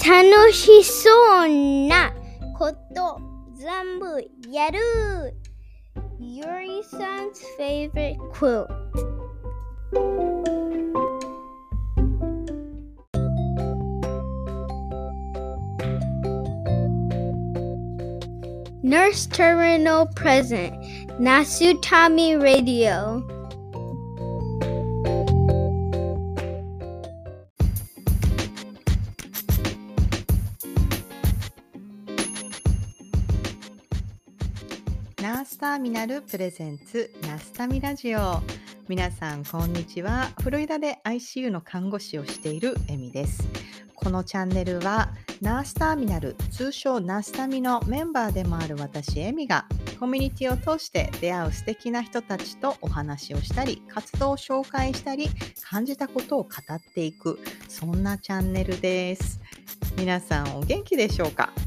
楽しそうなこと全部やる Yuri-san's favorite quilt Nurse Terminal Present Nasutami Radio ナースターミナルプレゼンツナスタミラジオ。皆さんこんにちは。フロリダで ICU の看護師をしているエミです。このチャンネルはナースターミナル、通称ナスタミのメンバーでもある私エミがコミュニティを通して出会う素敵な人たちとお話をしたり、活動を紹介したり、感じたことを語っていく、そんなチャンネルです。皆さんお元気でしょうか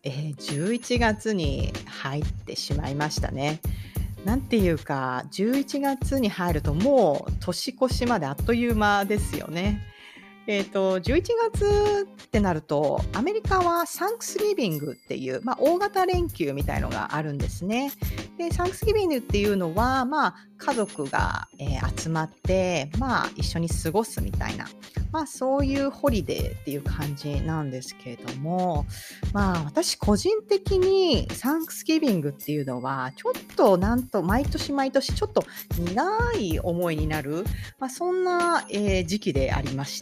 ？11月に入ってしまいましたね。なんていうか11月に入るともう年越しまであっという間ですよね。11月ってなるとアメリカはサンクスギビングっていう、大型連休みたいのがあるんですね。でサンクスギビングっていうのは、家族が、集まって、一緒に過ごすみたいな、そういうホリデーっていう感じなんですけれども、私個人的にサンクスギビングっていうのはちょっと毎年ちょっと苦い思いになる、そんな、時期でありまして、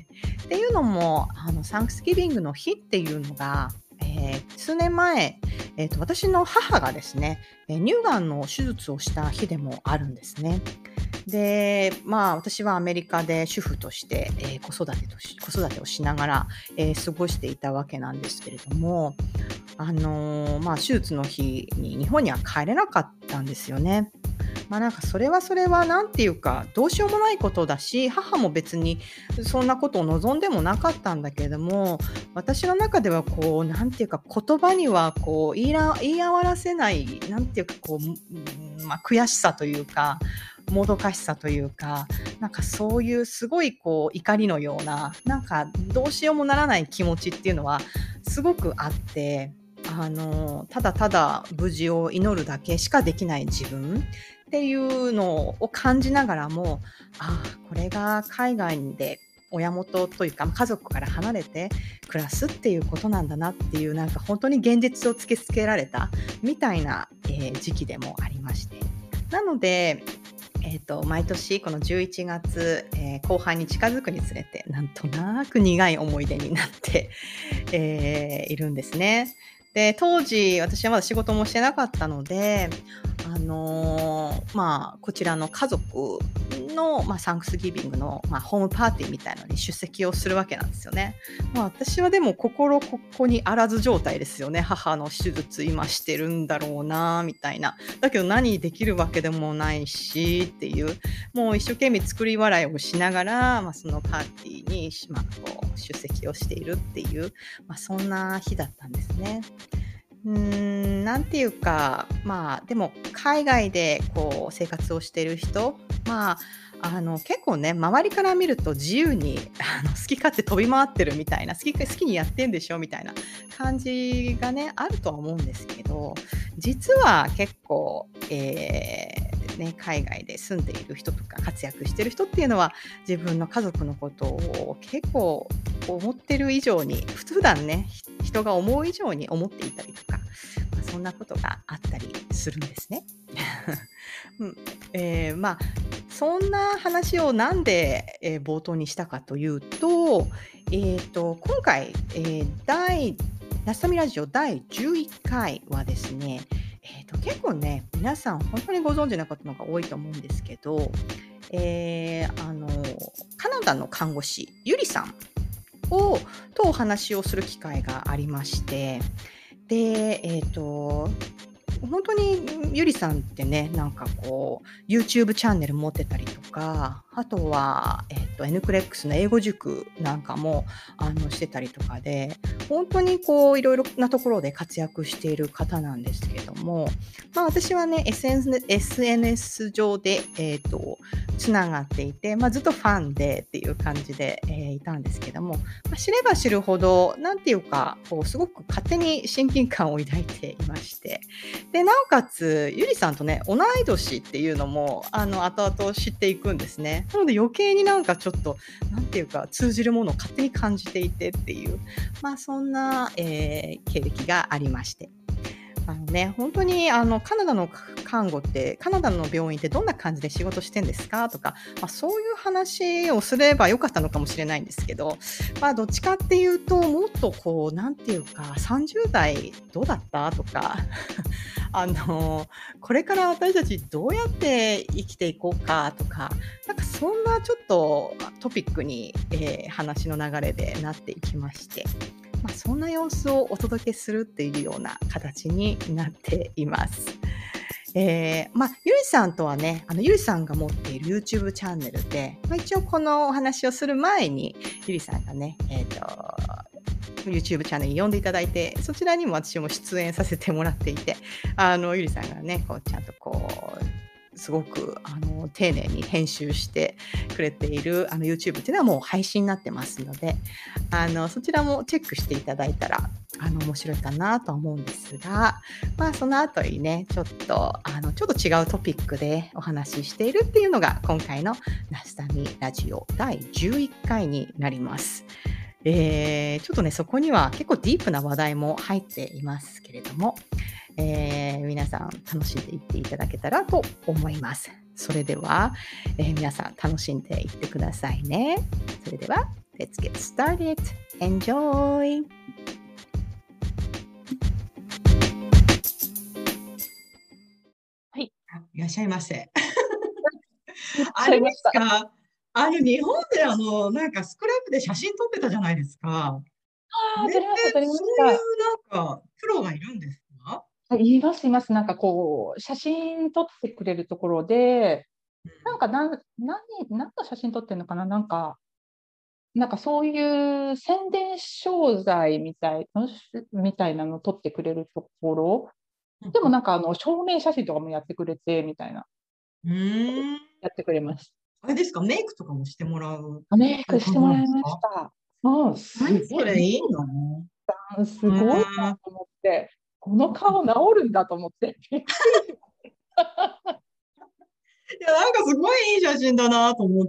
っていうのもサンクスギビングの日っていうのが、数年前、私の母がですね、乳がんの手術をした日でもあるんですね。で、私はアメリカで主婦として、子育てをしながら、過ごしていたわけなんですけれども、手術の日に日本には帰れなかったんですよね。それはなんていうかどうしようもないことだし、母も別にそんなことを望んでもなかったんだけれども、私の中ではなんていうか言葉には言い表せないなんていうか悔しさというかもどかしさというか、そういうすごい怒りのようなどうしようもならない気持ちっていうのはすごくあって、ただただ無事を祈るだけしかできない自分っていうのを感じながらも、これが海外で親元というか家族から離れて暮らすっていうことなんだなっていう、本当に現実を突きつけられたみたいな、時期でもありまして、なので毎年この11月、後半に近づくにつれてなんとなく苦い思い出になって、いるんですね。で当時私はまだ仕事もしてなかったので、こちらの家族の、サンクスギビングの、ホームパーティーみたいなのに出席をするわけなんですよね。私はでも心ここにあらず状態ですよね。母の手術今してるんだろうなみたいな。だけど何できるわけでもないしっていう、もう一生懸命作り笑いをしながら、そのパーティーに、出席をしているっていう、そんな日だったんですね。なんていうか、でも海外で生活をしている人、結構ね、周りから見ると自由に好き勝手飛び回ってるみたいな、好きにやってんでしょみたいな感じがねあるとは思うんですけど、実は結構、海外で住んでいる人とか活躍している人っていうのは自分の家族のことを結構思ってる以上に普段ね人が思う以上に思っていたりとか、そんなことがあったりするんですね。そんな話をなんで、冒頭にしたかというと、今回、ナスタミラジオ第11回はですね、結構ね皆さん本当にご存知な方のが多いと思うんですけど、カナダの看護師ゆりさんとお話をする機会がありまして、で本当にゆりさんってねYouTube チャンネル持ってたりとか、あとは、NCLEX の英語塾なんかもしてたりとかで、 本当にこういろいろなところで活躍している方なんですけれども、私はね、SNS 上で、つながっていて、ずっとファンでっていう感じで、いたんですけども、知れば知るほど、なんていうか、こうすごく勝手に親近感を抱いていまして、で、なおかつ、ゆりさんとね、同い年っていうのも、後々知っていくんですね。なので余計になんかちょっと、なんていうか、通じるものを勝手に感じていてっていう、そんな、経歴がありまして。本当にカナダの看護って、カナダの病院ってどんな感じで仕事してんですかとか、そういう話をすればよかったのかもしれないんですけど、どっちかっていうと、もっとこう、なんていうか、30代どうだったとか、これから私たちどうやって生きていこうかとか、なんかそんなちょっとトピックに、話の流れでなっていきまして、そんな様子をお届けするっていうような形になっています。ゆりさんとはね、ゆりさんが持っている YouTube チャンネルで、一応このお話をする前に、ゆりさんがね、YouTube チャンネルに呼んでいただいて、そちらにも私も出演させてもらっていて、ゆりさんがね、こうちゃんとこう、すごく丁寧に編集してくれているYouTube っていうのはもう配信になってますので、そちらもチェックしていただいたら面白いかなとは思うんですが、その後にね、ちょっと違うトピックでお話ししているっていうのが今回のナスタミラジオ第11回になります。ちょっとね、そこには結構ディープな話題も入っていますけれども、皆さん楽しんでいっていただけたらと思います。それでは、皆さん楽しんでいってくださいね。それでは、Let's get started. Enjoy! はい。 いらっしゃいませ。 いらっあしゃいました。 れですか、日本でなんかスクラップで写真撮ってたじゃないですか。あれ撮りました、撮りましそういうた。 なんかプロがいるんですか？ います、います。なんかこう、写真撮ってくれるところで、なんか何の写真撮ってるのかな、なんかそういう宣伝商材みたいなの撮ってくれるところ。でもなんか証明写真とかもやってくれて、みたいな。やってくれます。 あれですか、メイクとかもしてもらうメイクしてもらいました。す何そごい。 れいいの？ すごいなと思って、この顔治るんだと思って。 いや、なんかすごいいい写真だなと思って、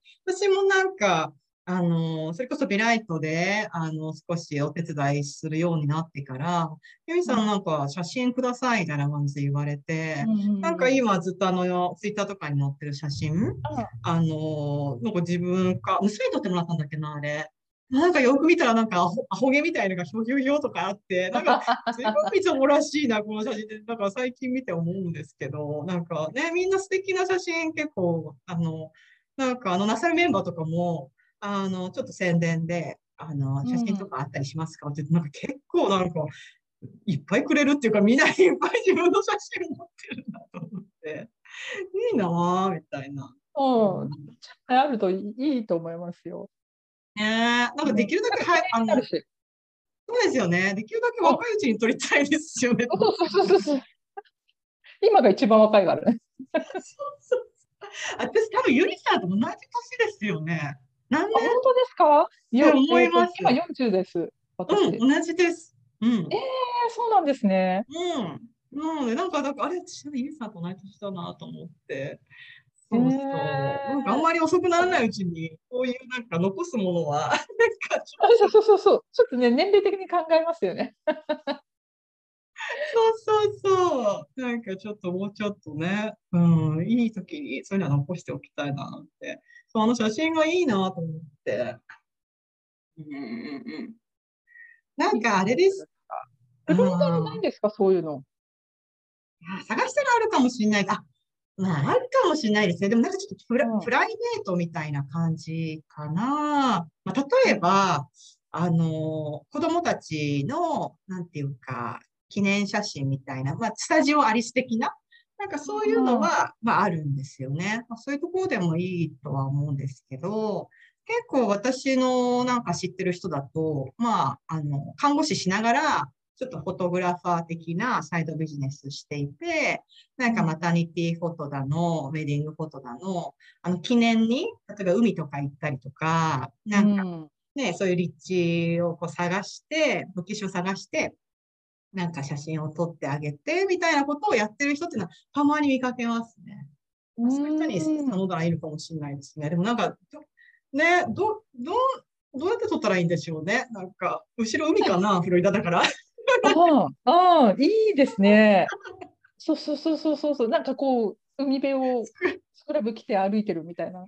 私もなんか、それこそビライトで、少しお手伝いするようになってから、ゆみさんなんか写真くださいみたいな感じで言われて、なんか今ずっとツイッターとかに載ってる写真、なんか自分か、娘に撮ってもらったんだっけな、あれ。なんかよく見たらなんかアホ毛みたいなのがひょひょひょとかあって、なんかすごいみつもらしいな、この写真で。なんか最近見て思うんですけど、なんかね、みんな素敵な写真結構、なんかナサルメンバーとかも、ちょっと宣伝で、写真とかあったりしますかって言って、なんか結構なんか、いっぱいくれるっていうか、みんないっぱい自分の写真持ってるなと思って、いいなぁ、みたいな。 あるといいと思いますよ。 なんかできるだけ、そうですよね。できるだけ若いうちに撮りたいですよね。 そう。今が一番若いからね。 そう。私多分ゆりさんと同じ年ですよね。 本当ですか？ 思います。 今40です。私。 同じです。 そうなんですね。 なんかあれ、私、ゆりさんと同じ年だなと思って。そう。なんかあんまり遅くならないうちに、こういうなんか残すものは、なんかそう。ちょっとね、年齢的に考えますよね。 そう。なんかちょっともうちょっとね、いい時にそういうのは残しておきたいなって。そう、写真がいいなと思って。なんかあれですか。 フロリダにないんですか、そういうの。 探したらあるかもしれない。あるかもしれないですね。でもなんかちょっとプライベートみたいな感じかな。例えば、子供たちの、なんていうか、記念写真みたいな、スタジオアリス的な、なんかそういうのは、あるんですよね。そういうところでもいいとは思うんですけど、 結構私のなんか知ってる人だと、まあ、看護師しながら、ちょっとフォトグラファー的なサイドビジネスしていて、なんかマタニティフォトだの、ウェディングフォトだの、記念に、例えば海とか行ったりとか、なんかね、そういう立地をこう探して、ロケーションを探して、なんか写真を撮ってあげて、みたいなことをやってる人っていうのは、たまに見かけますね。そういう人に頼んだらいるかもしれないですね。でもなんか、ね、どうやって撮ったらいいんでしょうね。なんか、後ろ海かな、フロリダだから。 いいですね。そうそうそうそうそうそう。なんかこう、海辺をスクラブ着て歩いてるみたいな。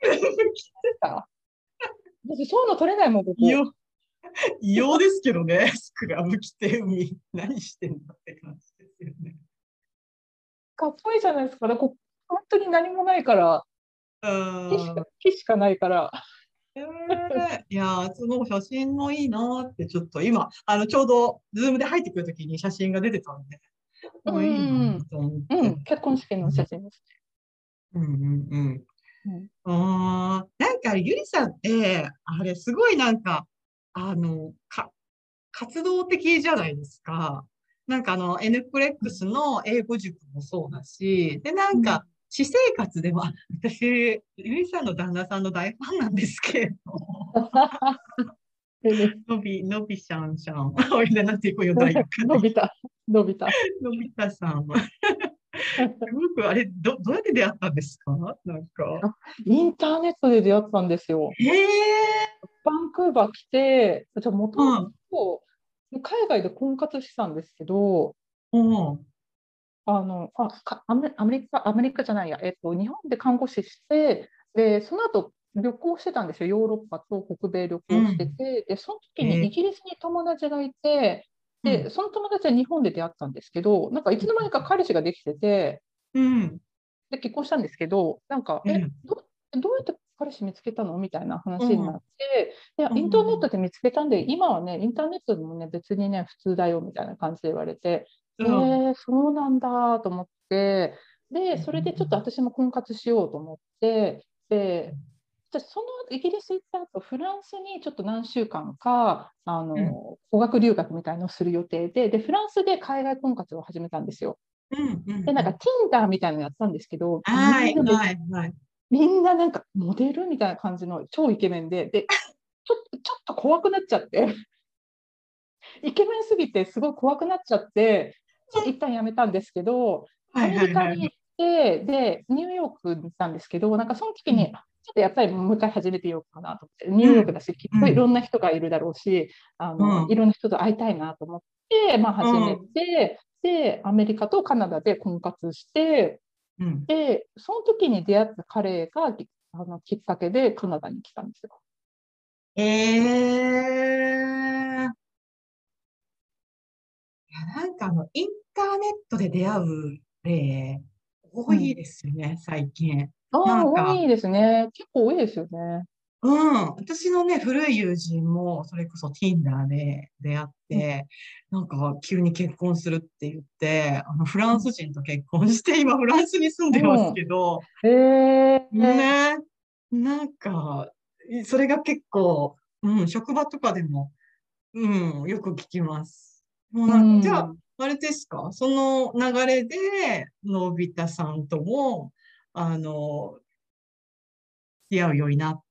私そういうの撮れないもん、ここ。 異様ですけどね、スクラブ着て海、何してんだって感じですよね。 かっこいいじゃないですか。だからこう本当に何もないから、木しかないから。 いやその写真もいいなって、ちょっと今、ちょうど、ズームで入ってくるときに写真が出てたんで、もういいなと思って。 結婚式の写真ですね。なんか、ゆりさんって、あれ、すごいなんか、活動的じゃないですか。なんかN プレックスの英語塾もそうだし、で、なんか、私生活では、私、ゆりさんの旦那さんの大ファンなんですけれど。のびしゃんしゃん。おいで、なんていう呼んだらいいかのび太さん。僕、あれ、どうやって出会ったんですか？なんか。 インターネットで出会ったんですよ。バンクーバー来て、じゃもともと海外で婚活してたんですけど、アメリカじゃないや、日本で看護師して、で、その後旅行してたんですよ。ヨーロッパと北米旅行してて、で、その時にイギリスに友達がいて、で、その友達は日本で出会ったんですけど、なんかいつの間にか彼氏ができてて、で、結婚したんですけど、なんか、どうやって彼氏見つけたのみたいな話になって、いや、インターネットで見つけたんで、今はね、インターネットでもね、別にね、普通だよみたいな感じで言われて、そうなんだと思って、で、それでちょっと私も婚活しようと思って、で、じゃそのイギリス行った後、フランスにちょっと何週間か、語学留学みたいのをする予定で、フランスで海外婚活を始めたんですよ。で、なんか Tinder みたいなのやったんですけど、みんななんかモデルみたいな感じの超イケメンで、ちょっと怖くなっちゃって、イケメンすぎてすごい怖くなっちゃって、一旦やめたんですけど、アメリカに行って、で、ニューヨークに行ったんですけど、なんかその時に、ちょっとやっぱりもう一回始めてようかなと思って、ニューヨークだし、きっといろんな人がいるだろうし、いろんな人と会いたいなと思って、まあ、始めて、で、アメリカとカナダで婚活して、で、その時に出会った彼がきっかけでカナダに来たんですよ。 なんかインターネットで出会う例、多いですよね、最近。 多いですね。結構多いですよね。 私のね、古い友人も、それこそ Tinder で出会って、なんか急に結婚するって言って、フランス人と結婚して、今フランスに住んでますけど、ね、なんか、それが結構、職場とかでも、よく聞きます。もうなんか、じゃあ、あれですか、その流れで、のび太さんとも、出会うようになって、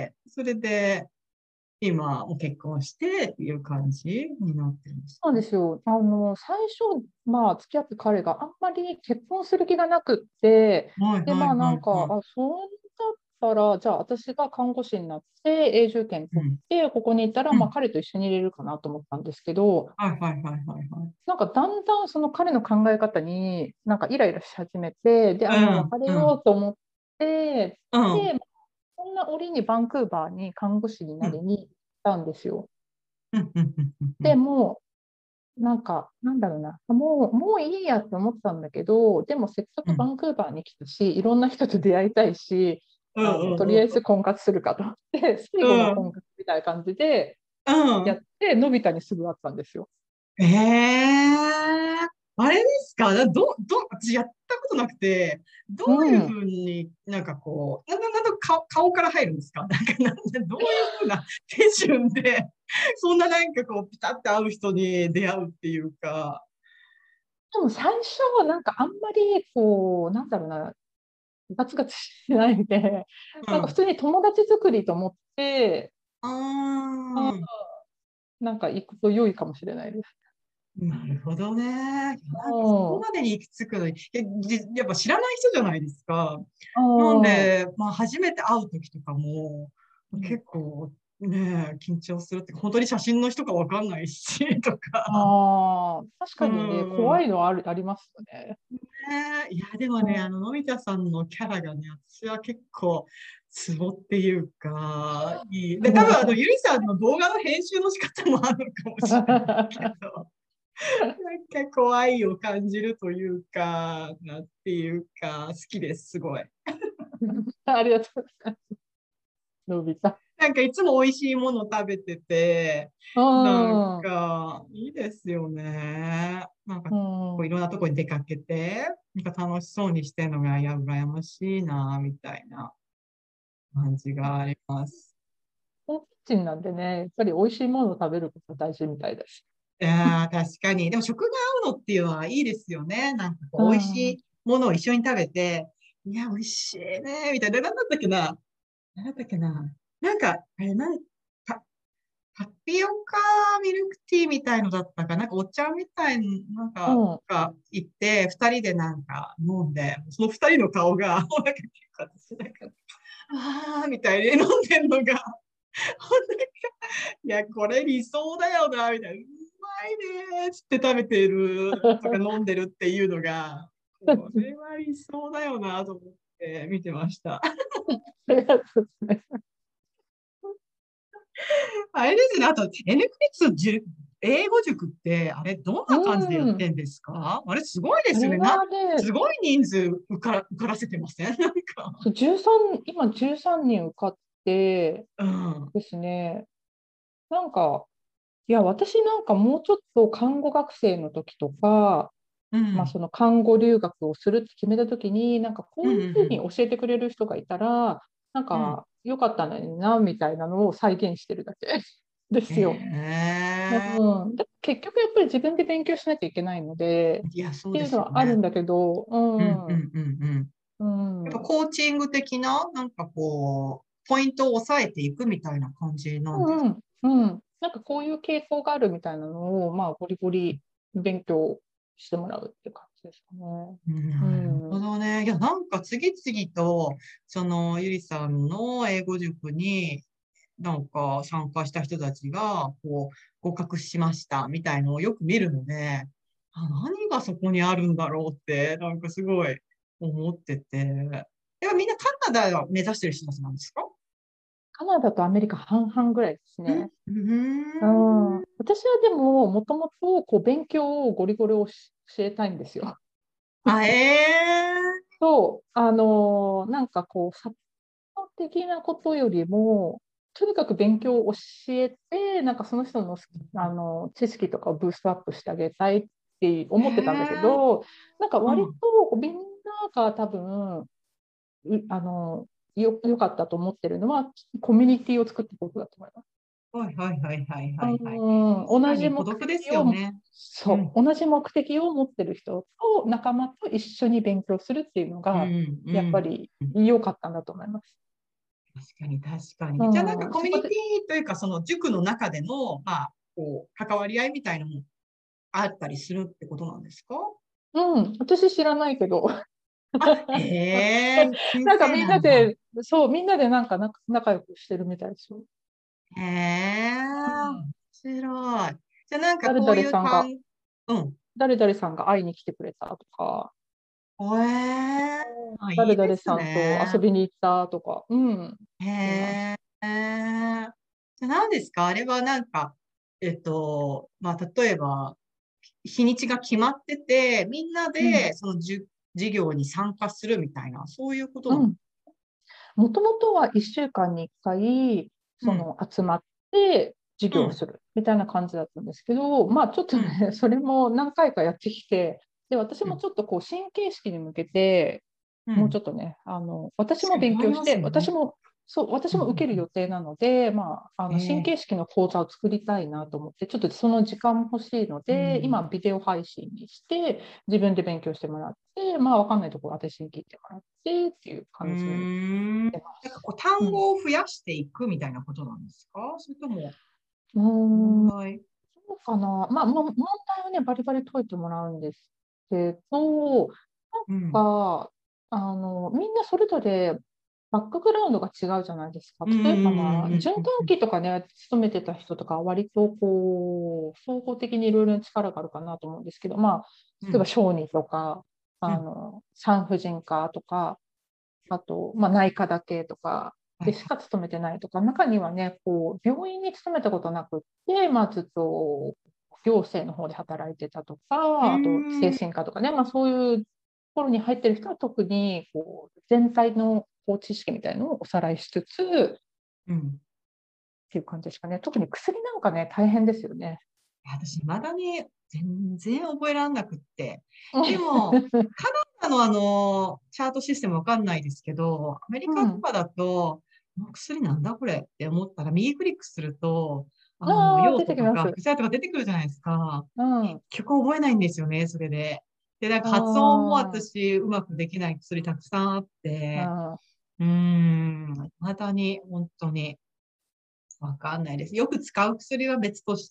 それで、今、も結婚してっていう感じになってるんですか？ そうですよ。最初、まあ、付き合って彼があんまり結婚する気がなくって、で、まあ、なんか、そうだったら、じゃあ、私が看護師になって、永住権取って、ここにいたら、まあ、彼と一緒にいれるかなと思ったんですけど、なんか、だんだんその彼の考え方に、なんか、イライラし始めて、で、別れようと思って、で、そんな折にバンクーバーに看護師になりに行ったんですよ。でも、なんか、なんだろうな、もういいやって思ったんだけど、でもせっかくバンクーバーに来たし、いろんな人と出会いたいし、とりあえず婚活するかと思って、最後の婚活みたいな感じでやって、のび太にすぐ会ったんですよ。 あれですか？私やったことなくて、どういうふうになんかこう、なんか顔から入るんですか？どういうふうな手順で、そんななんかこう、ピタッと会う人に出会うっていうか。 でも最初はなんかあんまりこう、なんだろうな、ガツガツしてないんで、なんか普うん。 通に友達作りと思って、 ああー、 なんか行くと良いかもしれないです。 なるほどね。いやなんかそこうまでに行き着くのに、やっぱ知らない人じゃないですか。なんん。 で、まあ初めて会う時とかも、 うん。 結構ね、緊張するっていうか、本当に写真の人かわかんないし、とか。 ああ、確うかにね、怖ん。 いのはありますよね。 いや、でもね、 うん。 のび太さんのキャラがね、私は結構、ツボっていうか、いい。で、多分ゆりさんの動画の編集の仕方もあるのかもしれないけど、なんか怖いを感じるというか、なんていうか、好きです、すごい。 ありがとうございます。のび太。 なんかいつも美味しいもの食べてて、 うなんん。うかいいですよね。なんかこういん。 ろんなとこに出かけて、なんか楽しそうにしてるのが、いや、羨ましいな、みたいな感じがあります。 キッチンなんでね、やっぱり美味しいものを食べることが大事みたいです。 いやー、確かに。でも食が合うのっていうのはいいですよね。なんかうこう美味しん。 いものを一緒に食べて、いや、美味しいね、みたいな。なんだったっけな。なんだったっけな。なんか、あれ、タピオカミルクティーみたいのだったか、なんかお茶みたいにうん。 が行って、二人でなんか飲んで、その二人の顔が、なんか結構私なんか、あーみたいに飲んでんのが、なんか、いや、これ理想だよな、みたいな。うまいねーっつって食べてるとか飲んでるっていうのが、これは理想だよなと思って見てました。 ありがとうございます。 あれですね。あと、NX 英語塾って、あれ、どんうな感じでやってん。 んですか？あれ、すごいですよね。 あれはね、 すごい人数受からせてません？なんか。 今13人受かってうん。 ですね、なんか、いや、私なんかもうちょっと看護学生の時とか、まあ、 うん。 その看護留学をするって決めた時に、なんかこうん。 ういうふうにうん。 教えてくれる人がいたら、なんうん。 か良かったのにな、みたいなのを再現してるだけですよ。うん。で結局やっぱり自分で勉強しなきゃいけないので、 いや、そうでっていうのすよね。 はあるんだけど、 うん。うん。うん。うん。 うん、 やっぱうん。 コーチング的な、なんかこう、ポイントを押さえていくみたいな感じなんです。 うん、うん。なんかこういう傾向があるみたいなのを、まあ、ゴリゴリ勉強してもらうっていう感じですかね。うなるほん。 どね。いや、なんか次々と、ゆりさんの英語塾に、なんか参加した人たちが、こう、合格しましたみたいのをよく見るので、何がそこにあるんだろうって、なんかすごい思ってて。みんなカナダを目指してる人たちなんですか？ カナダとアメリカ半々ぐらいですね。 うん。 うん。私はでも、もともとこう勉強をゴリゴリ教えたいんですよ。 あ、ええなんかこう、サポート的なことよりも、とにかく勉強を教えて、なんかその人の、知識とかをブーストアップしてあげたいって思ってたんだけええど、なんか割うん。 とみんなが多分、いあの、よかったと思ってるのは、コミュニティを作っていくことだと思います。 はいはいはいはいはいはい。 同確かに孤じ目独です的を、 よね。うん。 同じ目的を持ってる人と仲間と一緒に勉強するっていうのうが、 ん。うやっぱん。 り良かったんだと思います。 確かに、確かに。じゃあなんかうん、 コミュニテそこで、 ィというか、その塾の中での、まあ、こう、関わり合いみたいなのもあったりするってことなんですか？ うん、私知らないけど、 あ、へえ、先なんかみん生なんだ。 なで、そう、みんなでなんか仲良くしてるみたいですよ。 へえ、 うん、 面白い。じゃあなんか誰こう 々さんが、 うん。 誰々さんが会いに来てくれたとか、 へえ、あ、い誰いです 々さんと遊ね。 びに行ったとか、うん、 へいます。 え。じゃあ何ですかあれはなんか、まあ、例えば、日にちが決まってて、みんなうん、 でその授業に参加するみたいな、そういうことなの？ うん。もともとは1週間に1回、 うん、 集まって授うん、 業をするみたいな感じだったんですけど、まあちょっとうん、 ね、それも何回かやってきて、で、私うん、 もちょっとこう神経質に向けて、 もうちょっとね、私も勉強して、私も受ける予定なので、新形式の講座を作りたいなと思って、ちょっとその時間も欲しいので、今、ビデオ配信にして、自分で勉強してもらって、わかんないところ私に聞いてもらってっていう感じにしてます。 なんかこう単語を増やしていくみたいなことなんですか？それとも、 そうかな。問題をね、バリバリ解いてもらうんですけど、なんか、みんなそれぞれバックグラウンドが違うじゃないですか。例えば、循環器とかね、勤めてた人とかは割とこう、総合的にいろいろな力があるかなと思うんですけど、例えば小児とか、産婦人科とか、あと、内科だけとか、でしか勤めてないとか、中にはね、こう、病院に勤めたことなくって、ずっと行政の方で働いてたとか、あと精神科とかね、そういうところに入ってる人は特にこう全体のこう知識みたいのをおさらいしつつ、っていう感じですかね。特に薬なんかね、大変ですよね。 私、未だに全然覚えられなくって。でも、カナダのチャートシステムわかんないですけど、アメリカとかだと、この薬なんだこれって思ったら、右クリックすると、用途とか副作用とか出てくるじゃないですか。結局覚えないんですよね、それで。で、なんか発音も私、うまくできない薬たくさんあって、未だに本当にわかんないです。よく使う薬は別として、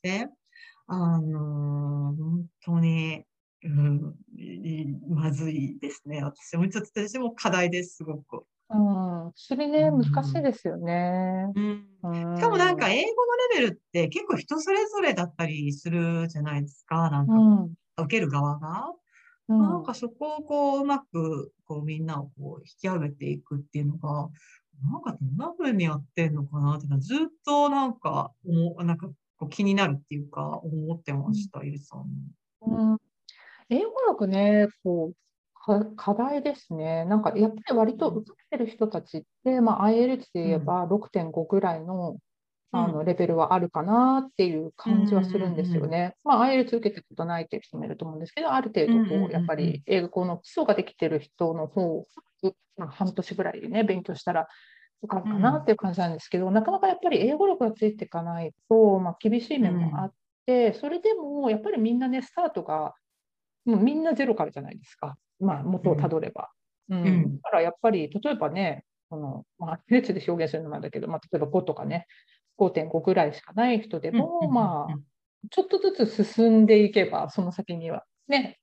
本当に、まずいですね。私も課題です、すごく。 薬ね、難しいですよね。 しかもなんか英語のレベルって結構人それぞれだったりするじゃないですか。なんか、受ける側が。なんかそこをこう、うまく、こうみんなをこう引き上げていくっていうのが、なんかどんな風にやってんのかなっていうのはずっとなんか、こう気になるっていうか、思ってました、ゆりさん。 英語力ね、課題ですね。なんかやっぱり割と受けてる人たちって、IELTS で言えば6.5ぐらいの、レベルはあるかなっていう感じはするんですよね。IELTS 受けたことないっていう人もいると思うんですけど、ある程度こう、やっぱり英語の基礎ができてる人の方、半年ぐらいでね、勉強したら受かるかなっていう感じなんですけど、なかなかやっぱり英語力がついていかないと、厳しい面もあって、それでもやっぱりみんなね、スタートがもうみんなゼロからじゃないですか。元をたどれば。だからやっぱり、例えばね、列で表現するのもだけど、例えば5とかね、5.5ぐらいしかない人でも、ちょっとずつ進んでいけば、その先にはね、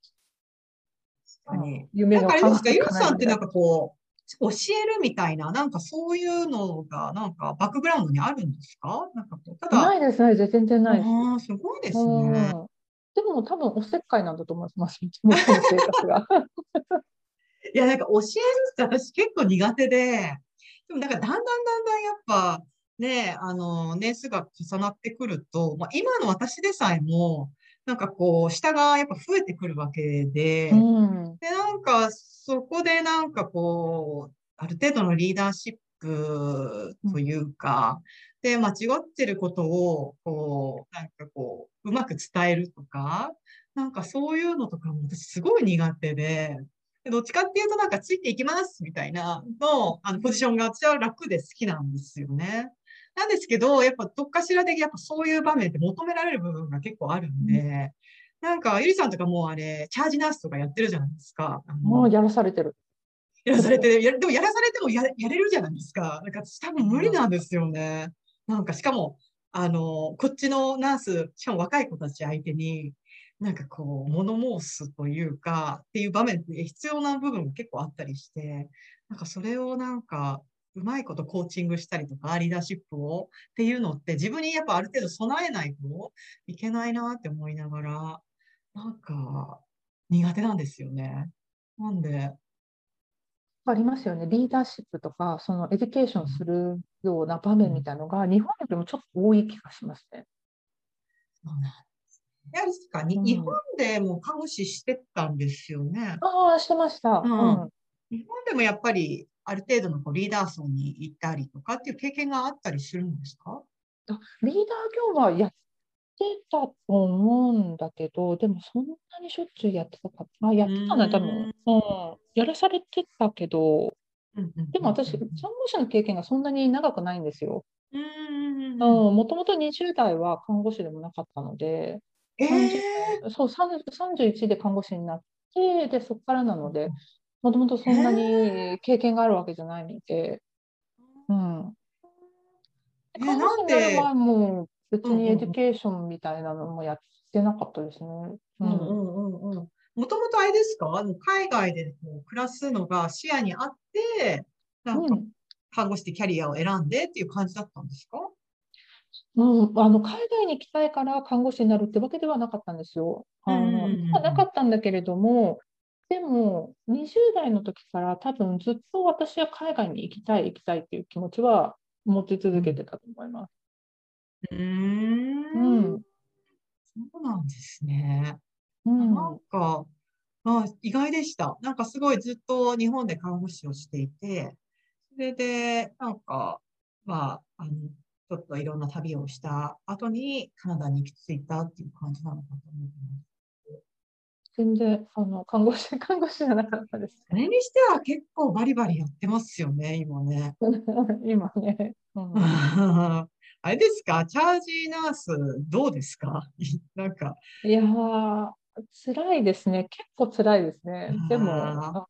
夢のあれですか、ゆりさんってなんかこう、教えるみたいな、なんかそういうのが、なんかバックグラウンドにあるんですか？なんかこう、ただ。 ないです、ないです、全然ないです。 すごいですね。 でも多分おせっかいなんだと思います、もとの生活が。 いや、なんか教えるって私結構苦手で、でもなんかだんだんだんだんやっぱね、年数が重なってくると、今の私でさえも、なんかこう、下がやっぱ増えてくるわけで、で、なんかそこでなんかこう、ある程度のリーダーシップというか、で、間違ってることを、こう、なんかこう、うまく伝えるとか、なんかそういうのとかも私すごい苦手で、どっちかっていうとなんかついていきますみたいなポジションが私は楽で好きなんですよね。なんですけど、やっぱどっかしらでやっぱそういう場面で求められる部分が結構あるんで、なんかゆりさんとかもうあれ、チャージナースとかやってるじゃないですか。 もうやらされてる。 やらされてる。でもやらされてもやれるじゃないですか。なんか多分無理なんですよね。なんかしかも、こっちのナース、しかも若い子たち相手に、なんかこう、物申すというか、っていう場面って必要な部分も結構あったりして、なんかそれをなんか、うまいことコーチングしたりとか、リーダーシップをっていうのって自分にやっぱある程度備えないといけないなって思いながら、なんか苦手なんですよね。なんで、 ありますよね。リーダーシップとか、そのエデュケーションするような場面みたいなのが、日本よりもちょっと多い気がしますね。 そうなんですね。やはりか日本でも看護師してたんですよね。 ああ、してました。 日本でもやっぱりある程度のリーダー層に行ったりとかっていう経験があったりするんですか？ リーダー業はやってたと思うんだけど、でもそんなにしょっちゅうやってたか。やってたのは多分、 やらされてたけど、 うんうんでも私、看護師の経験がそんなに長くないんですよ。 うんうんもともと20代は看護師でもなかったので、 え 30、そう、31で看護師になって、で、そこからなので、もともとそんなに経験があるわけじゃないので、うん。で看護師なんになる前で、 もう別にエデュんうんうんケーションみたいなのもやってなかったですね。ううんうん。 んうんうん。もともとあれですか？海外でこう暮らすのが視野にあって、なんか、 うん。 看護師でキャリアを選んでっていう感じだったんですか？ 海外に行きたいから看護師になるってわけではなかったんですよ。 うんうんではなうんかったんだけれども、でも20代の時から多分ずっと私は海外に行きたいっていう気持ちは持ち続けてたと思います。 うん。ううーん、 ん。 そうなんですね。 うなんん。 か、意外でした。なんかすごいずっと日本で看護師をしていて、それで、ちょっといろんな旅をした後にカナダに行き着いたっていう感じなのかと思ってます。 全然、看護師じゃなかったです。 それにしては結構バリバリやってますよね、今ね。 今ね。うん。 あれですか？チャージナースどうですか？なんか、 いやー、辛いですね。結構辛いですね。でも、 あ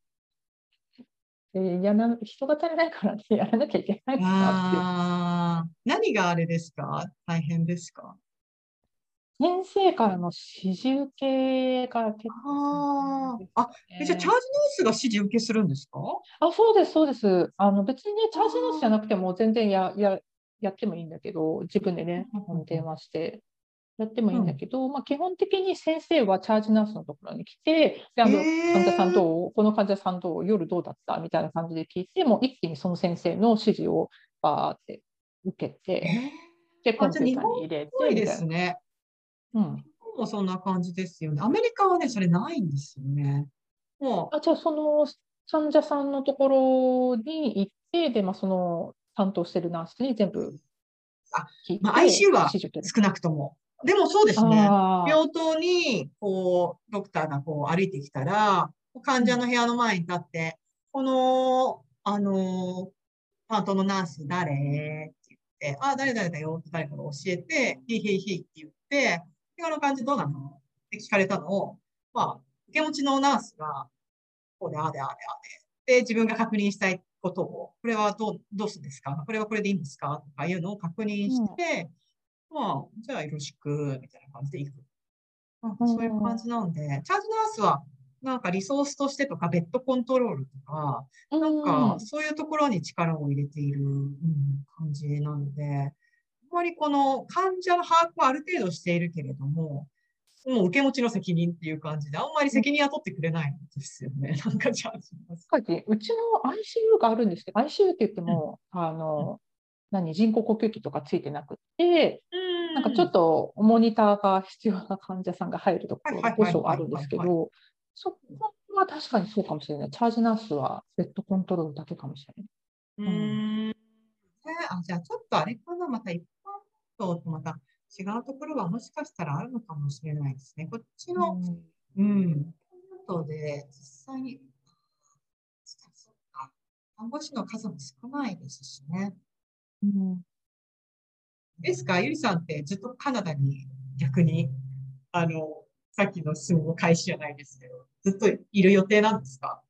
人が足りないからね、やらなきゃいけないかなっていう。 何があれですか？大変ですか？ 先生からの指示受けが結構大変ですじゃあ、チャージナーね。 スが指示受けするんですか？ あ、そうです、そうです。別にね、チャージナースじゃあなくても全然やってもいいんだけど、自分でね、電話してやってもいいんだうん。 けど、まあ、基本的に先生はチャージナースのところに来て、で、患者さんええ、 この患者さん夜どうだったみたいな感じで聞いて、もう一気にその先生の指示をバーって受けて、 ええ、 で、コンじゃあ日本っピューターに入れて、 ぽいでみたいな。 すね。 うん。 日本もそんな感じですよね。アメリカはね、それないんですよね。もじゃあその患者さんのところに行って、で、まあ、その担当してるナースに全部あ、 聞いて、 ICU は指示を受ける。 少なくとも。でもそうですね。 ああ、 病棟に、ドクターが歩いてきたら、患うん。 者の部屋の前に立って、この、担当のナース誰って言って、誰々だよって誰かが教えて、ひいひいひいって言って、で、この感じどうなのって聞かれたのを、受け持ちのナースが、こうで、ああで、ああで、ああで。で、自分が確認したいことを、これはどうするんですか？これはこれでいいんですか？とかいうのを確認しうん。 て、じゃあよろしく、みたいな感じで行く。なんうかそういう感じん。 なんで、チャージナースは、なんかリソースとしてとか、ベッドコントロールとか、 うなんかん。 そういうところに力を入れている、感じなので、あまりこの患者の把握はある程度しているけれども、もう受け持ちの責任っていう感じで、あんまり責任は取ってくれないんですよね。なんかチャージナース。 うちの ICU があるんですけど、ICU って言ってうん。 も、人工呼吸器とかついてなくて、 うなんかちょっん。 とモニターが必要な患者さんが入るところがはいはいはいはい 5床あるんではいはい。 すけど、そこは確かにそうかもしれない。チャージナースはベッドコントロールだけかもしれない。 ううん。 ーん。じゃあちょっとあれかな、また一般とまた違うところがもしかしたらあるのかもしれないですね。こっちの、 うん。 うん、とで実際に、そっか、看護師の数も少ないですしね。 うん。 ですか、ゆりさんってずっとカナダに逆に、さっきの質問の開始じゃないですけど、ずっといる予定なんですか？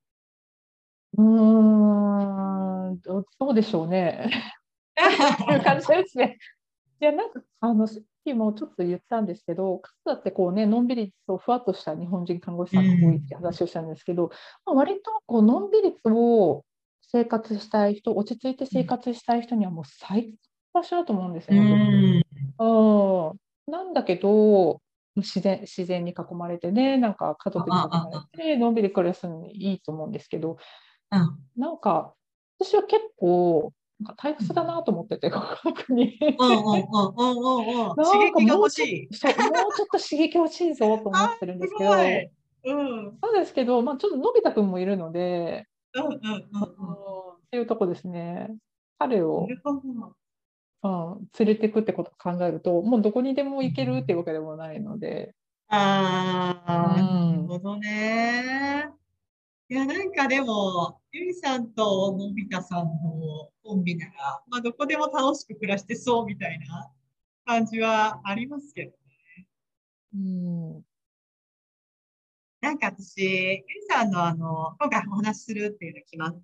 どうでしょうね。っていう感じですね。いや、なんか、さっきもちょっと言ったんですけど、カナダってこうね、のんびりとふわっとした日本人看護師うさんが多いっん。 て話をしたんですけど、まあ、割とこうのんびりと生活したい人、落ち着いて生活したい人にはもう最高の場所だと思うんですうよね、本当に。 ん。 なんだけど、自然に囲まれてね、なんか家あ、 族に囲あ、あ、 まれて、のんびり暮らすのにいいと思うんですけど、 あ、 なんか、私は結構、なんか退うん。 屈だなと思ってて、この国。 うんうんうんうんうんうん。刺なんか激が欲しい。 もうちょっと刺激欲しいぞと思ってるんですすけど、 ごい。うん。うんなんですけど、まあ、ちょっとのび太くんもいるので、 うんうんうん。 っていうとこですね。彼を、 なるほど。 連れていくってことを考えると、もうどこにでもう行けるっていうん、 わけでもないので、うなるん。 ほどね。 いや、なんかでも、ゆりさんとのび太さんのコンビなら、まあ、どこでも楽しく暮らしてそうみたいな感じはありますけど。 うん。 なんか私、ゆりさんの今回お話しするっていうのが決まって、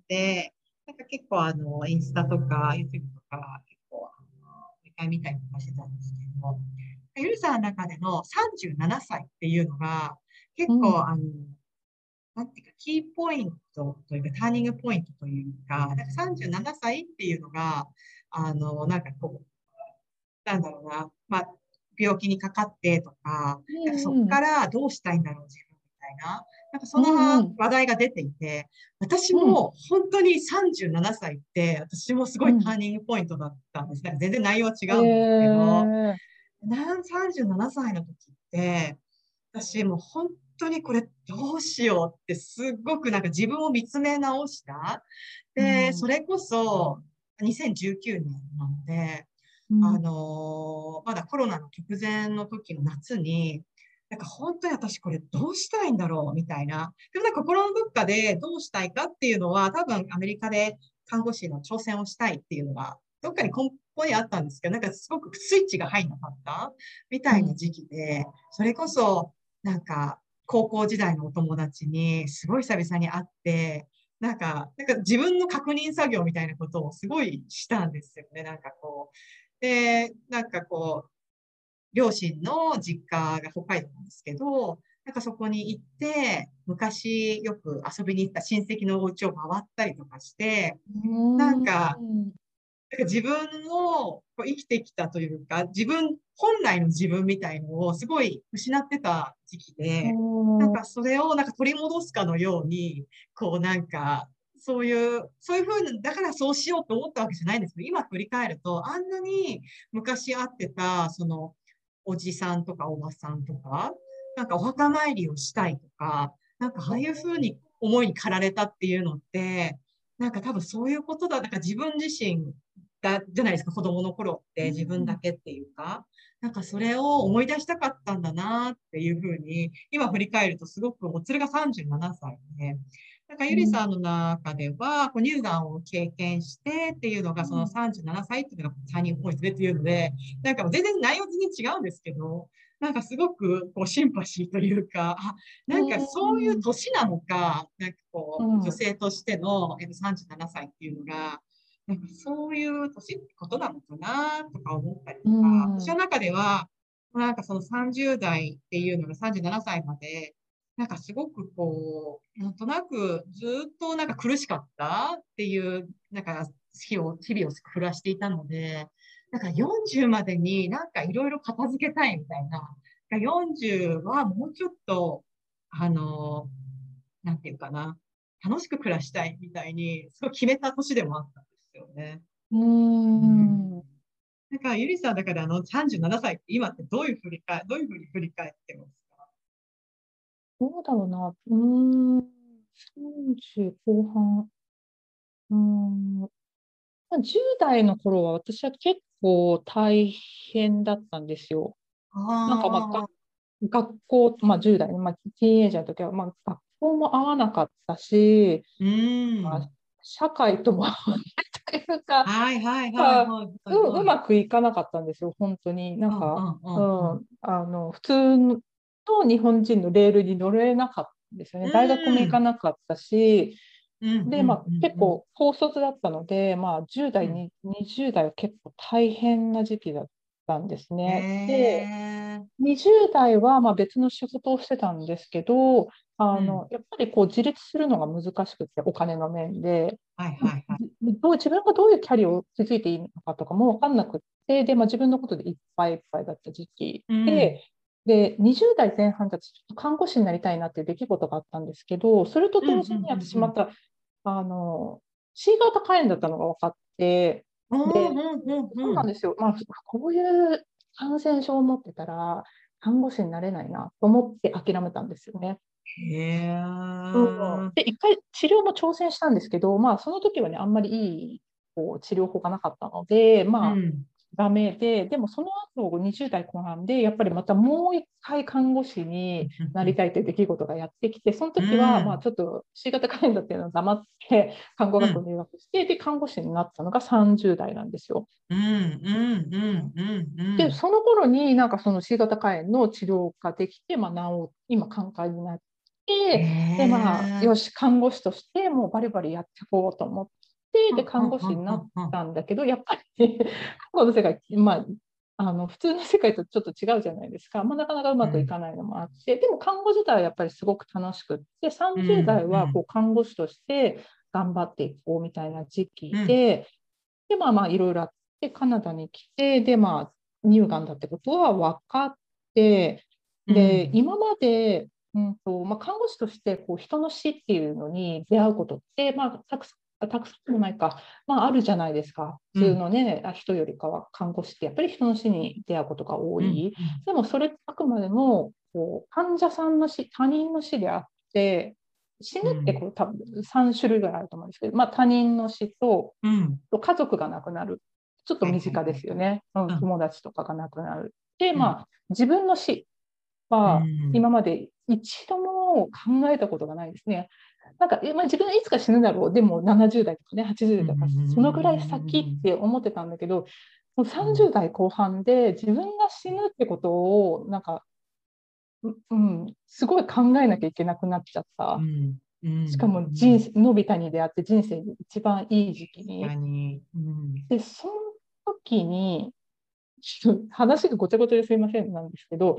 なんか結構インスタとか YouTube とか結構一回見たりとかしてたんですけど、ゆりさんの中での37歳っていうのが、結うん。 構なんていうか、キーポイントというか、ターニングポイントというか、なんか37歳っていうのが、なんかこう、なんだろうな、まあ、病気にかかってとか、 うなんかそこん。うん。 からどうしたいんだろう、自分みたいな、なんかそうのん。うん。 話題が出ていて、私うん。 も本当に37歳って、私もすごうん。 いターニングポイントだったんです。なんか全然内容は違えうんですけど、 ー、 37歳の時って、私もう本当にこれどうしようってすっごくなんか自分を見つめ直した。で、 うん。 それこそ2019年なので、 うん。 まだコロナの直前の時の夏に、なんか本当に私これどうしたいんだろうみたいな。でもなんか心のどっかでどうしたいかっていうのは多分アメリカで看護師の挑戦をしたいっていうのがどっかに根本にあったんですけど、なんかすごくスイッチが入んなかったみたいな時期で、それこそなんか高校時代のお友達にすごい久々に会って、なんか自分の確認作業みたいなことをすごいしたんですよね。なんかこう。で、なんかこう、両親の実家が北海道なんですけど、なんかそこに行って、昔よく遊びに行った親戚のお家を回ったりとかして、なんうか、 ん。 自分のこう生きてきたというか、本来の自分みたいのをすごい失ってた時期うで、なんん。 かそれをなんか取り戻すかのように、こうなんか、そういうふうに、だからそうしようと思ったわけじゃないんですけど、今振り返ると、あんなに昔会ってた、おじさんとかおばさんとか、なんかお墓参りをしたいとか、なんかああいうふうに思いに駆られたっていうのって、なんか多分そういうことだ。だから自分自身じゃないですか、子供の頃って自分だけっていうか、なんかそれを思い出したかったんだなっていうふうに、今振り返るとすごく、おつるが37歳で、なんかゆりさんの中では、こう乳がんを経験してっていうのが、その37歳っていうのがターニングポイントでっていうので、なんかもう全然内容全然違うんですけど、なんかすごくこうシンパシーというか、 うなんかそういうん。 年なのか、なんかこう、女うん。 性としての37歳っていうのが、なんかそういう年ってことなのかなとか思ったりとうか、私のん。 中では、なんかその30代っていうのが37歳まで、なんかすごくこう、なんとなくずっとなんか苦しかったっていう、なんか日々を暮らしていたので、なんか40までになんかいろいろ片付けたいみたいな、40はもうちょっと、あの、なんていうかな、楽しく暮らしたいみたいに、すごい決めた年でもあったんですよね。 ううん。 ん。 なんか、ゆりさんだから37歳って今ってどういうふうに振り返ってますか？ どうだろうな。30後半。うん。まあ10代の頃は私は結構大変だったんですよ。なんかまあ、 ああ、 学校、まあ10代、まあ、ティーンエイジャーの時は、まあ、学校も合わなかったし、 うまあ、 ん。 社会とも合わないというか、 はいはいはいまあ、 はいはいはい。 うまくいかなかったんですよ、本当に。なんか、 うんうんううんうん。 ん、普通の日本人のレールに乗れなかったんですよね。 う大学も行かんなかったし、で、 うんうんまあ、結うんうん。 構高卒だったので、まあ、10代うんに、20代は結構大変な時期だったんですへね。で、 え。 20代はまあ別の仕事をしてたんですけど、 うん。 やっぱりこう自立するのが難しくて、お金の面で、 はいはいはい。 自分がどういうキャリアを築いていいのかとかも分かんなくって、で、まあ、自分のことでいっぱいいっぱいだった時期うん。 で、20代前半だとちょっと看護師になりたいなっていう出来事があったんですけど、それとうんう同時にんうん私また、あの、C 型肝炎だったのが分かって、 うん。うんで、 うんうんうん。 そうなんですよ。まあ、こういう感染症を持ってたら、看護師になれないなと思って諦めたんですよね。 へうん、 え。 で、一回治療も挑戦したんですけど、まあ、その時はね、あんまりいいこう治療法がなかったので、まあ、 うん。 ダメで、でもその後20代後半でやっぱりまたもう一回看護師になりたいという出来事がやってきて、その時はまあちょっと C 型肝炎だっていうのを黙って看護学校に入学して、で看護師になったのが30代なんですよ。でその頃になんかその C 型肝炎の治療ができて、まあ、今寛解になって、でまあよし看護師としてもうバリバリやっていこうと思って、で看護師になったんだけど、やっぱり看護の世界、まあ、普通の世界とちょっと違うじゃないですか。まあ、なかなかうまくいかないのもあって、でも看護自体はやっぱりすごく楽しくって、30代はこう看護師として頑張っていこうみたいな時期で、でまあいろいろあってカナダに来て、でまあ乳がんだってことは分かって、で今まで、まあ、看護師としてこう人の死っていうのに出会うことって、まあ、たくさんもないか、まあ、あるじゃないですか。普通のね、人よりかは看護師ってやっぱり人の死に出会うことが多い。でもそれあくまでもこう患者さんの死、他人の死であって、死ぬってこう多分3種類ぐらいあると思うんですけど、まあ、他人の死と、家族が亡くなる。ちょっと身近ですよね。友達とかが亡くなる。で、まあ、自分の死は今まで一度も考えたことがないですね。なんか、まあ、自分はいつか死ぬだろう。でも70代とかね、80代とか、そのぐらい先って思ってたんだけど、もう30代後半で自分が死ぬってことを、なんか、すごい考えなきゃいけなくなっちゃった。しかものび太に出会って人生で一番いい時期に。で、その時に、話がごちゃごちゃですいませんなんですけど、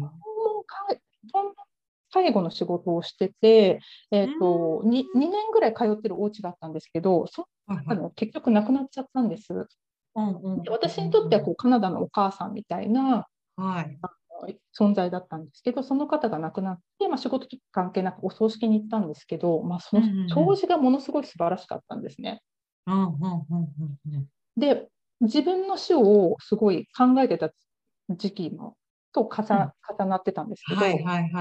介護の仕事をしてて、2年ぐらい通ってるお家だったんですけど、結局なくなっちゃったんです。で私にとってはこうカナダのお母さんみたいな、存在だったんですけど、その方が亡くなって、まあ、仕事と関係なくお葬式に行ったんですけど、まあ、その弔辞がものすごい素晴らしかったんですね。で、自分の死をすごい考えてた時期と重なってたんですけど、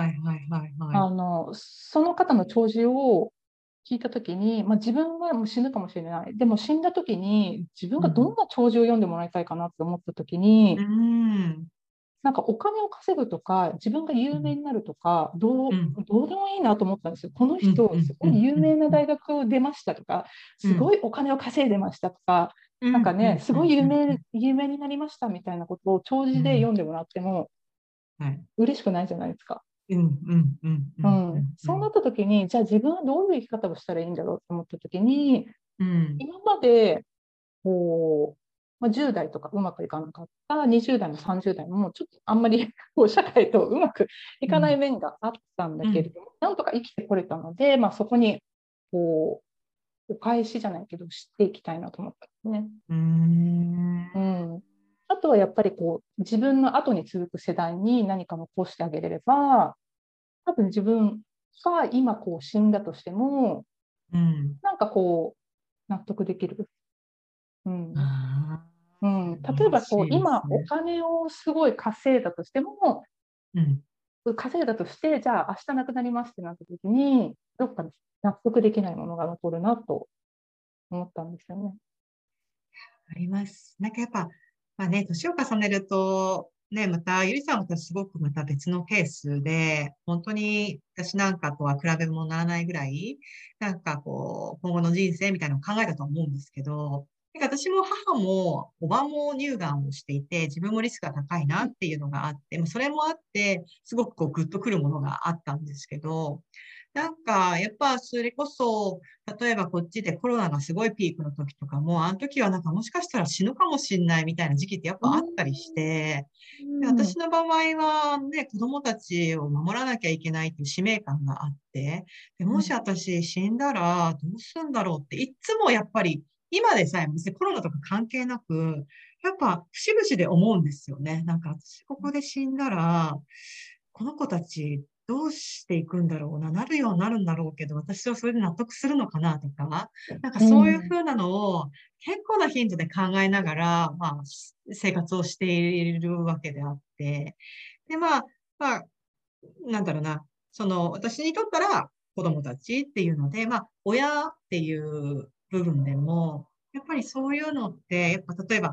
その方の弔辞を聞いたときに、まあ、自分はもう死ぬかもしれない。でも死んだときに自分がどんな弔辞を読んでもらいたいかなって思ったときに、なんかお金を稼ぐとか、自分が有名になるとか、どうでもいいなと思ったんですよ。この人、すごい有名な大学を出ましたとか、すごいお金を稼いでましたとか、なんかね、すごい有名になりましたみたいなことを弔辞で読んでもらっても、嬉しくないじゃないですか。そうなった時に、じゃあ自分はどういう生き方をしたらいいんだろうと思った時に、今までこう、まあ、10代とかうまくいかなかった20代も30代もちょっとあんまりこう社会とうまくいかない面があったんだけれども、なんとか生きてこれたので、まあ、そこにこうお返しじゃないけどしていきたいなと思ったんですね。あとはやっぱりこう自分の後に続く世代に何か残してあげれれば、多分自分が今こう死んだとしても、なんかこう納得できる。例えばこう今お金をすごい稼いだとしても、稼いだとしてじゃあ明日なくなりますってなった時にどっかで納得できないものが残るなと思ったんですよね。 あります。なんかやっぱ、まあね、年を重ねると、ね、また、ゆりさんはすごくまた別のケースで、本当に私なんかとは比べ物にならないぐらい、なんかこう、今後の人生みたいなのを考えたと思うんですけど、なんか私も母もおばも乳がんをしていて、自分もリスクが高いなっていうのがあって、それもあって、すごくこうグッとくるものがあったんですけど、なんか、やっぱ、それこそ、例えばこっちでコロナがすごいピークの時とかも、あの時はなんかもしかしたら死ぬかもしれないみたいな時期ってやっぱあったりして、で私の場合はね、子供たちを守らなきゃいけないっていう使命感があって、でもし私死んだらどうするんだろうって、いつもやっぱり、今でさえ別にコロナとか関係なく、やっぱ節々で思うんですよね。なんか私ここで死んだら、この子たちどうしていくんだろうな、なるようになるんだろうけど、私はそれで納得するのかなとか、なんかそういうふうなのを結構な頻度で考えながら、まあ、生活をしているわけであって、で、まあ、なんだろうな、私にとったら子供たちっていうので、まあ、親っていう部分でも、やっぱりそういうのって、やっぱ例えば、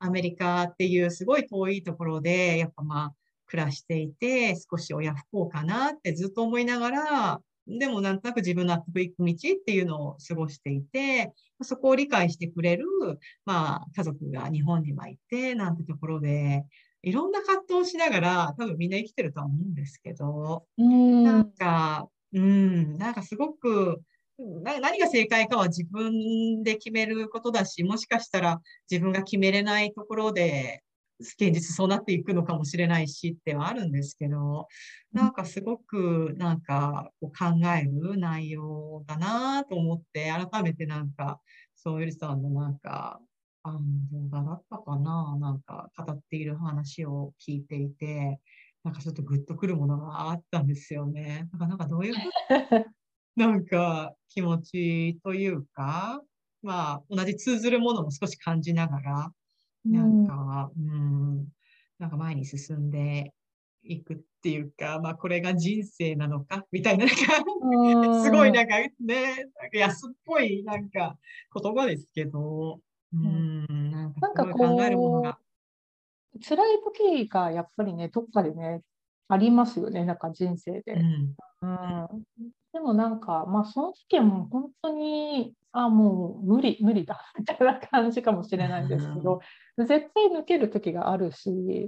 アメリカっていうすごい遠いところで、やっぱ暮らしていて、少し親不孝かなってずっと思いながら、でもなんとなく自分の納得いく道っていうのを過ごしていて、そこを理解してくれる、家族が日本にはいて、なんてところで、いろんな葛藤をしながら、多分みんな生きてるとは思うんですけど、なんか、なんかすごく、何が正解かは自分で決めることだし、もしかしたら自分が決めれないところで、現実そうなっていくのかもしれないしってはあるんですけど、なんかすごくなんかこう考える内容だなと思って、改めてなんか、そうゆりさんのなんか、動画だったかな、なんか語っている話を聞いていて、なんかちょっとグッとくるものがあったんですよね。なんかどういうふうなんか気持ちというか、同じ通ずるものも少し感じながら、なんか、なんか前に進んでいくっていうか、これが人生なのかみたいな、なんかすごいなんかね、なんか安っぽいなんか言葉ですけど、なんかなんかすごい考えるものが。 辛い時がやっぱりね、どっかでね、ありますよね、なんか人生で。でもなんか、その時はもう本当に、もう無理だ、みたいな感じかもしれないですけど、絶対抜ける時があるし、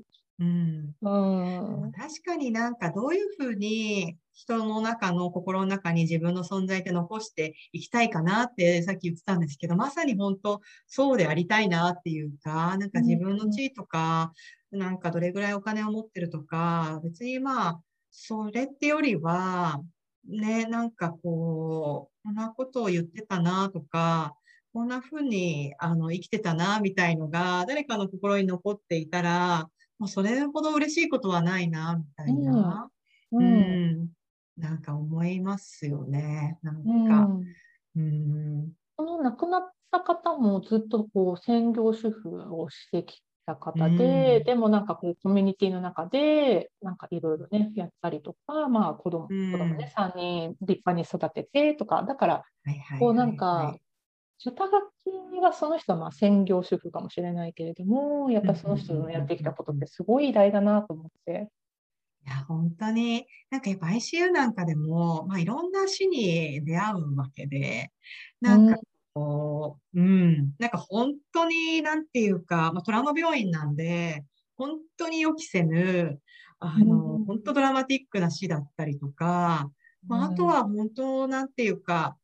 確かになんかどういうふうに人の中の心の中に自分の存在って残していきたいかなってさっき言ってたんですけど、まさに本当そうでありたいなっていうか、なんか自分の地位とか、なんかどれぐらいお金を持ってるとか、別にそれってよりは、ね、なんかこんなことを言ってたなとか、こんなふうに生きてたなみたいのが誰かの心に残っていたら、もうそれほど嬉しいことはないな、みたいな、なんか思いますよね。なんか、 その亡くなった方もずっとこう専業主婦をしてきた方で、でもなんかこうコミュニティの中でなんかいろいろねやったりとか、子供ね3人立派に育ててとか、だからこうなんか肩書きはその人は専業主婦かもしれないけれども、やっぱりその人のやってきたことってすごい偉大だなと思って。 いや、本当に、なんかやっぱ ICU なんかでも、いろんな死に出会うわけで、なんかなんか本当に、なんていうか、トラウマ病院なんで、本当に予期せぬ、本当ドラマティックな死だったりとか、あとは本当、なんていうか、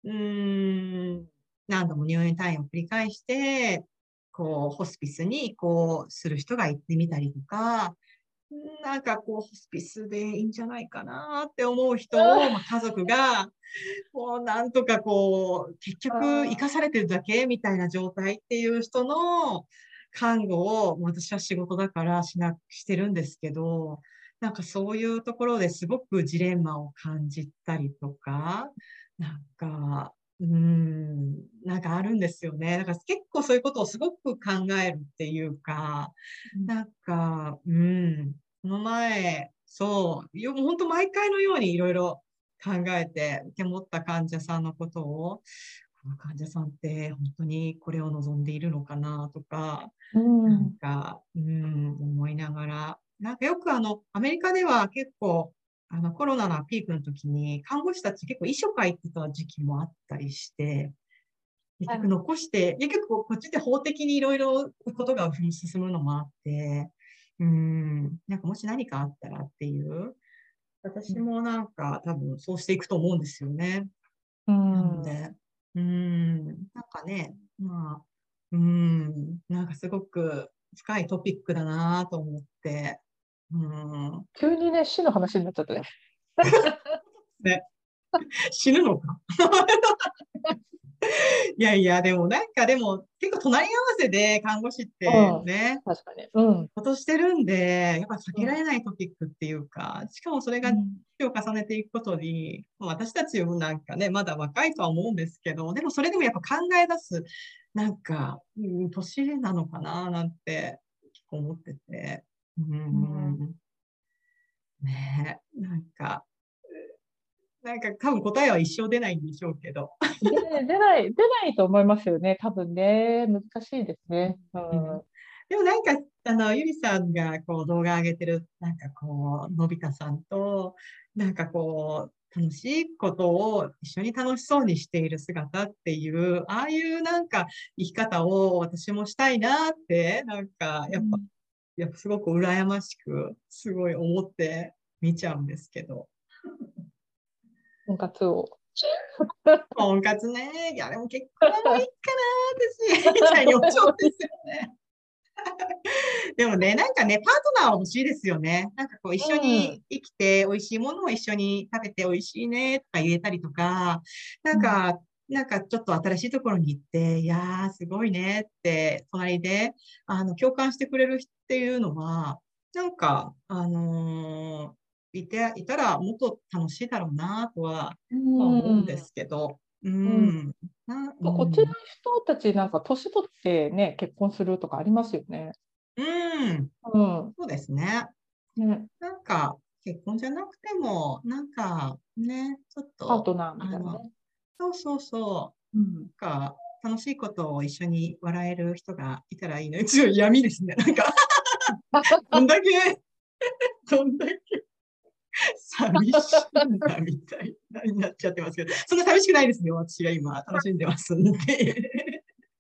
何度も入院退院を繰り返して、ホスピスに移行する人が行ってみたりとか、なんかホスピスでいいんじゃないかなって思う人を、家族が、なんとか結局生かされてるだけみたいな状態っていう人の看護を、私は仕事だからしてるんですけど、なんかそういうところですごくジレンマを感じたりとか、なんか、なんかあるんですよね。だから結構そういうことをすごく考えるっていうか、なんか、この前、本当毎回のようにいろいろ考えて、受け持った患者さんのことを、この患者さんって本当にこれを望んでいるのかなとか、なんか、思いながら、なんかよくアメリカでは結構、コロナのピークの時に、看護師たち結構遺書書いてた時期もあったりして、結局残して、結局こっちで法的にいろいろことが進むのもあって、なんかもし何かあったらっていう、私もなんか多分そうしていくと思うんですよね。なので、なんかね、なんかすごく深いトピックだなと思って、 急にね、死の話になっちゃったね。 ね、死ぬのかいやいや、でもなんかでも結構隣り合わせで看護師ってね、 確かに。 ことしてるんで、やっぱ避けられないトピックっていうか、しかもそれが年を重ねていくことに、私たちもなんかね、まだ若いとは思うんですけど、でもそれでもやっぱ考え出す、なんか、年なのかななんて結構思ってて、ねえ、なんか多分答えは一生出ないんでしょうけど。 出ないと思いますよね、多分ね。難しいですね。 でもなんか、ゆりさんがこう動画上げてる、なんかこう、のび太さんと、なんかこう、楽しいことを一緒に楽しそうにしている姿っていう、ああいうなんか生き方を私もしたいなって、なんかやっぱすごく羨ましく、すごい思って見ちゃうんですけど。 婚活を。 婚活ね。いや、でも結婚はもういいかな、私、みたいに思っちゃうんですよね。でもね、なんかね、パートナーは欲しいですよね。なんかこう、一緒に生きて、美味しいものを一緒に食べて美味しいね、とか言えたりとか、なんかちょっと新しいところに行って、いやー、すごいねって、隣で、共感してくれるっていうのは、なんか、いたらもっと楽しいだろうな、とは、思うんですけど、 こっちの人たちなんか年取ってね、結婚するとかありますよね。そうですね。なんか、結婚じゃなくても、なんかね、ちょっと、 パートナーみたいなね。 そう。なんか、楽しいことを一緒に笑える人がいたらいいの。ちょっと闇ですね。なんか、どんだけ寂しいんだみたいになっちゃってますけど、そんな寂しくないですよ。私が今楽しんでますんで。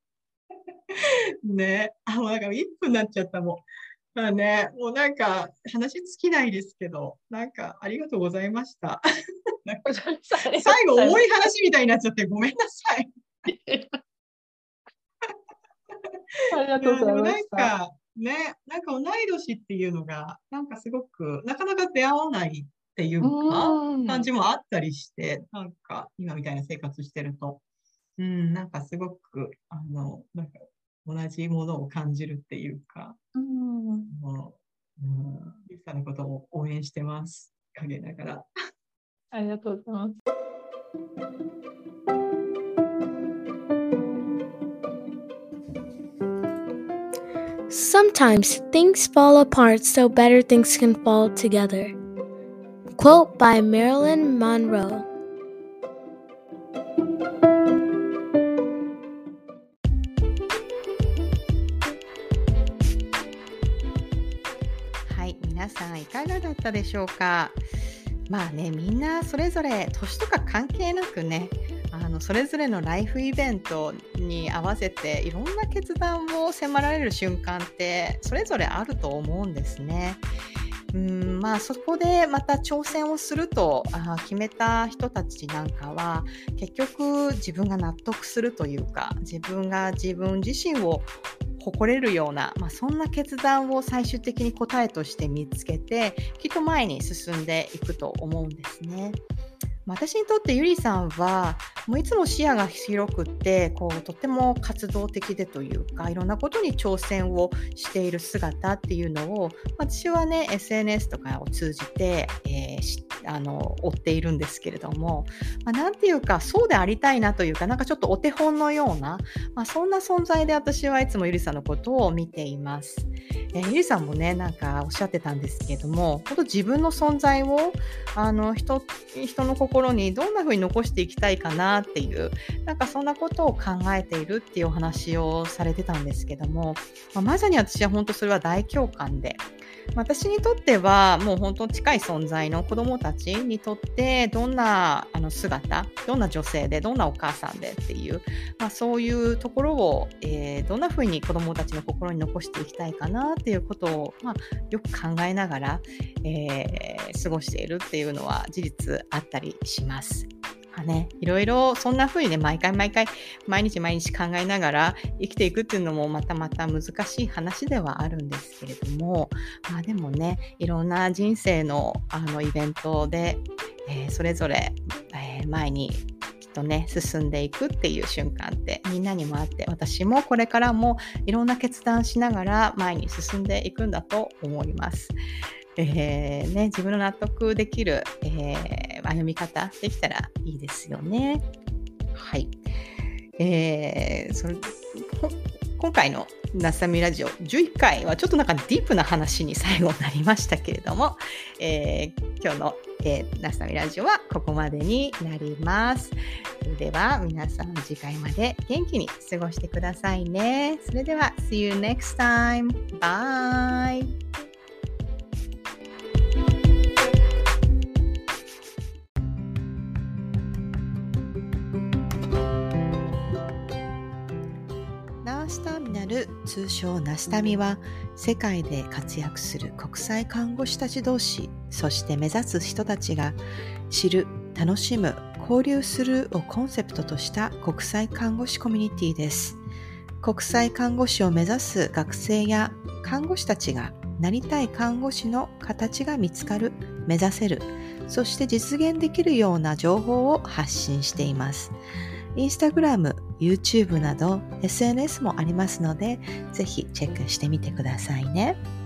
ね。もうなんか1分になっちゃったもん。まあね、もうなんか話尽きないですけど、なんかありがとうございました。最後重い話みたいになっちゃってごめんなさい。 ありがとうございました。 なんか同い年っていうのが、なんかすごく、なかなか出会わないっていうか、感じもあったりして、なんか今みたいな生活してると、なんかすごく、なんか同じものを感じるっていうか、ゆきさんのことを応援してます。陰ながら。 ありがとうございます。 Sometimes things fall apart so better things can fall together. Quote by Marilyn Monroe. Hi, 皆さんいかがだったでしょうか。まあね、みんなそれぞれ年とか関係なくね、それぞれのライフイベントに合わせていろんな決断を迫られる瞬間ってそれぞれあると思うんですね。まあそこでまた挑戦をすると決めた人たちなんかは結局自分が納得するというか、自分が自分自身を誇れるような、そんな決断を最終的に答えとして見つけてきっと前に進んでいくと思うんですね。私にとってゆりさんはもういつも視野が広くってとっても活動的でというかいろんなことに挑戦をしている姿っていうのを私はね SNS とかを通じて、追っているんですけれども、なんていうかそうでありたいなというかなんかちょっとお手本のような、そんな存在で私はいつもゆりさんのことを見ています。ゆりさんもねなんかおっしゃってたんですけれども、本当自分の存在を人の心にどんな風に残していきたいかなっていうなんかそんなことを考えているっていうお話をされてたんですけども、まさに私は本当それは大共感で、私にとってはもう本当近い存在の子どもたちにとってどんな姿、どんな女性でどんなお母さんでっていう、そういうところを、どんな風に子どもたちの心に残していきたいかなっていうことを、よく考えながら、過ごしているっていうのは事実あったりします。いろいろそんな風にね毎日考えながら生きていくっていうのもまた難しい話ではあるんですけれども、でもねいろんな人生のイベントで、それぞれ、前にきっとね進んでいくっていう瞬間ってみんなにもあって、私もこれからもいろんな決断しながら前に進んでいくんだと思います。自分の納得できる、歩み方できたらいいですよね。はい。今回のなさみラジオ11回はちょっとなんかディープな話に最後になりましたけれども、今日の、 ナスタミラジオはここまでになります。それでは皆さん次回まで元気に過ごしてくださいね。それでは See you next time. Bye! ナースターミナル、通称ナスタミは、世界で活躍する国際看護師たち同士、そして目指す人たちが知る、楽しむ、交流するをコンセプトとした国際看護師コミュニティです。国際看護師を目指す学生や看護師たちがなりたい看護師の形が見つかる、目指せる、そして実現できるような情報を発信しています。インスタグラム、YouTube など SNS もありますので、ぜひチェックしてみてくださいね。